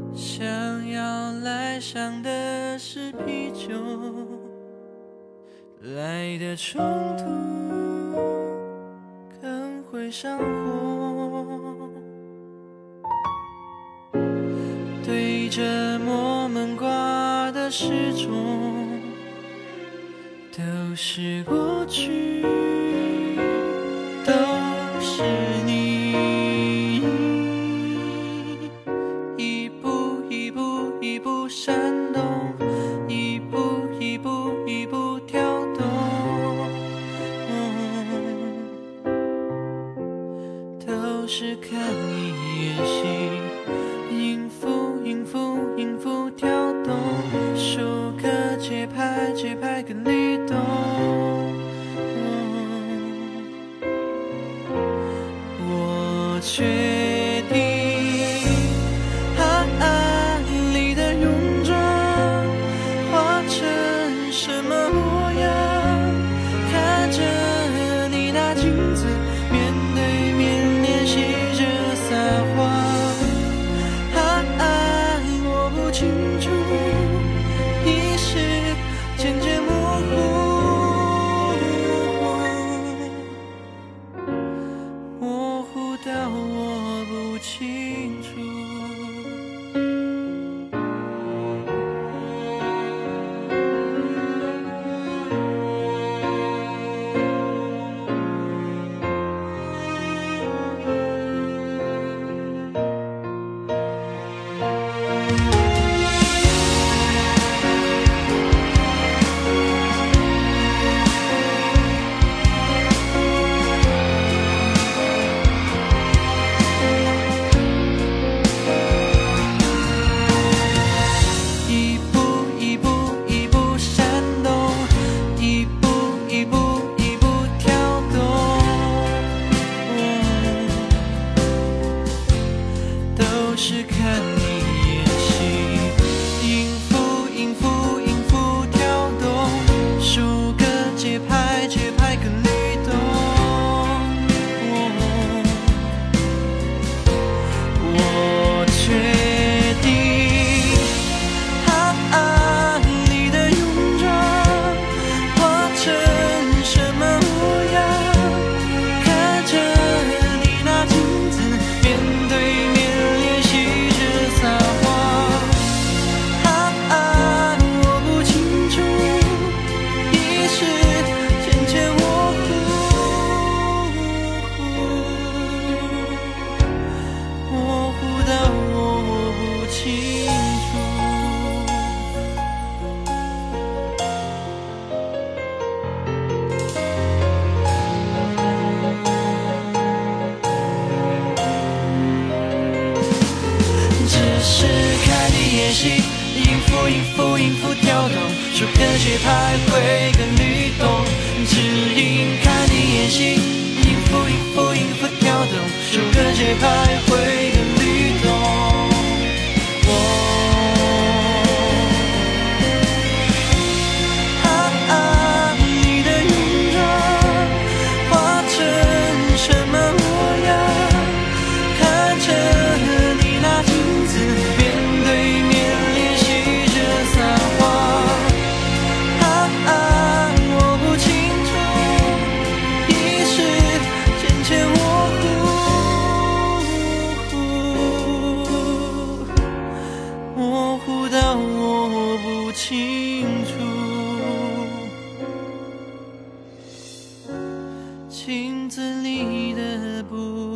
想要来上的是啤酒，来的冲突更会上火。对着我们挂的时钟，都是过去，都是你，一步一步一步闪动，一步一步一步跳动，都是看你演戏，应付应付应付跳动，数个节拍节拍跟律动，我决定暗里的泳装化成什么模样，看着你那镜子，面对面练习着撒谎。我不清楚，意识渐渐模糊，模糊到我不清楚。是看你演戏，应付应付应付跳动，数个节拍节拍跟律动，我决定暗里的泳装化成什么模样，看着你那镜子，面对面是看你演戏，应付应付应付跳动，数个节拍会跟律动，只因看你演戏，应付应付应付跳动，数个节拍会跟律动。你的泳装化成什么模样，看着你那镜子，面对面练习着撒谎。我不清楚，意识渐渐模糊，模糊到我不清楚。镜子里的不